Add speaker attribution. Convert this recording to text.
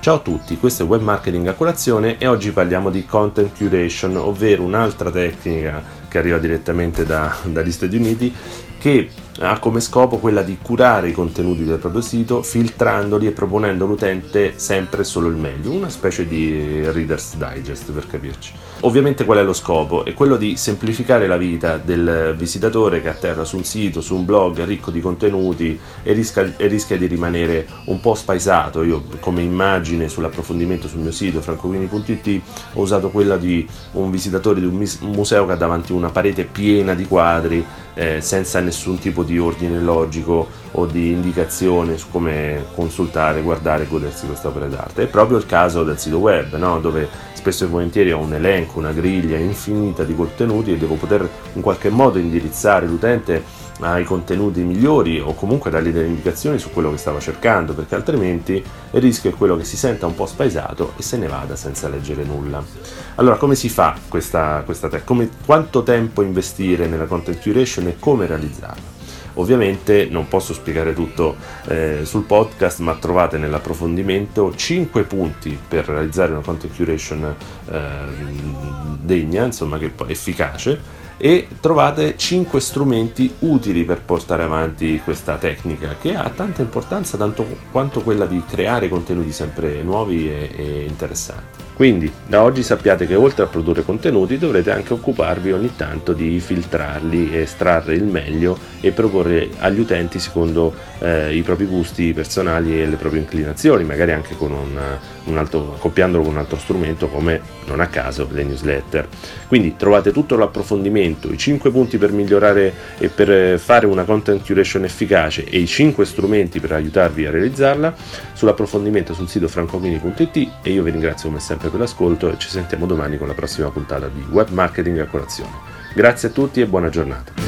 Speaker 1: Ciao a tutti, questo è Web Marketing a Colazione e oggi parliamo di Content Curation, ovvero un'altra tecnica che arriva direttamente dagli Stati Uniti che ha come scopo quella di curare i contenuti del proprio sito, filtrandoli e proponendo all'utente sempre solo il meglio, una specie di Reader's Digest per capirci. Ovviamente qual è lo scopo? È quello di semplificare la vita del visitatore che atterra su un sito, su un blog ricco di contenuti e rischia di rimanere un po' spaesato. Io come immagine sull'approfondimento sul mio sito francoquini.it ho usato quella di un visitatore di un museo che ha davanti una parete piena di quadri senza nessun tipo di ordine logico o di indicazione su come consultare, guardare e godersi questa opera d'arte. È proprio il caso del sito web, no? Dove spesso e volentieri ho un elenco, una griglia infinita di contenuti e devo poter in qualche modo indirizzare l'utente ai contenuti migliori o comunque dargli delle indicazioni su quello che stava cercando, perché altrimenti il rischio è quello che si senta un po' spaesato e se ne vada senza leggere nulla. Allora, come si fa questa quanto tempo investire nella content curation e come realizzarla? Ovviamente non posso spiegare tutto sul podcast, ma trovate nell'approfondimento 5 punti per realizzare una content curation degna, insomma, che poi efficace, e trovate 5 strumenti utili per portare avanti questa tecnica che ha tanta importanza tanto quanto quella di creare contenuti sempre nuovi e interessanti. Quindi da oggi sappiate che oltre a produrre contenuti dovrete anche occuparvi ogni tanto di filtrarli, estrarre il meglio e proporre agli utenti secondo i propri gusti personali e le proprie inclinazioni, magari anche con accoppiandolo con un altro strumento come, non a caso, le newsletter. Quindi trovate tutto l'approfondimento, i 5 punti per migliorare e per fare una content curation efficace e i 5 strumenti per aiutarvi a realizzarla sull'approfondimento sul sito francoquini.it, e io vi ringrazio come sempre per l'ascolto e ci sentiamo domani con la prossima puntata di Web Marketing a Colazione. Grazie a tutti e buona giornata.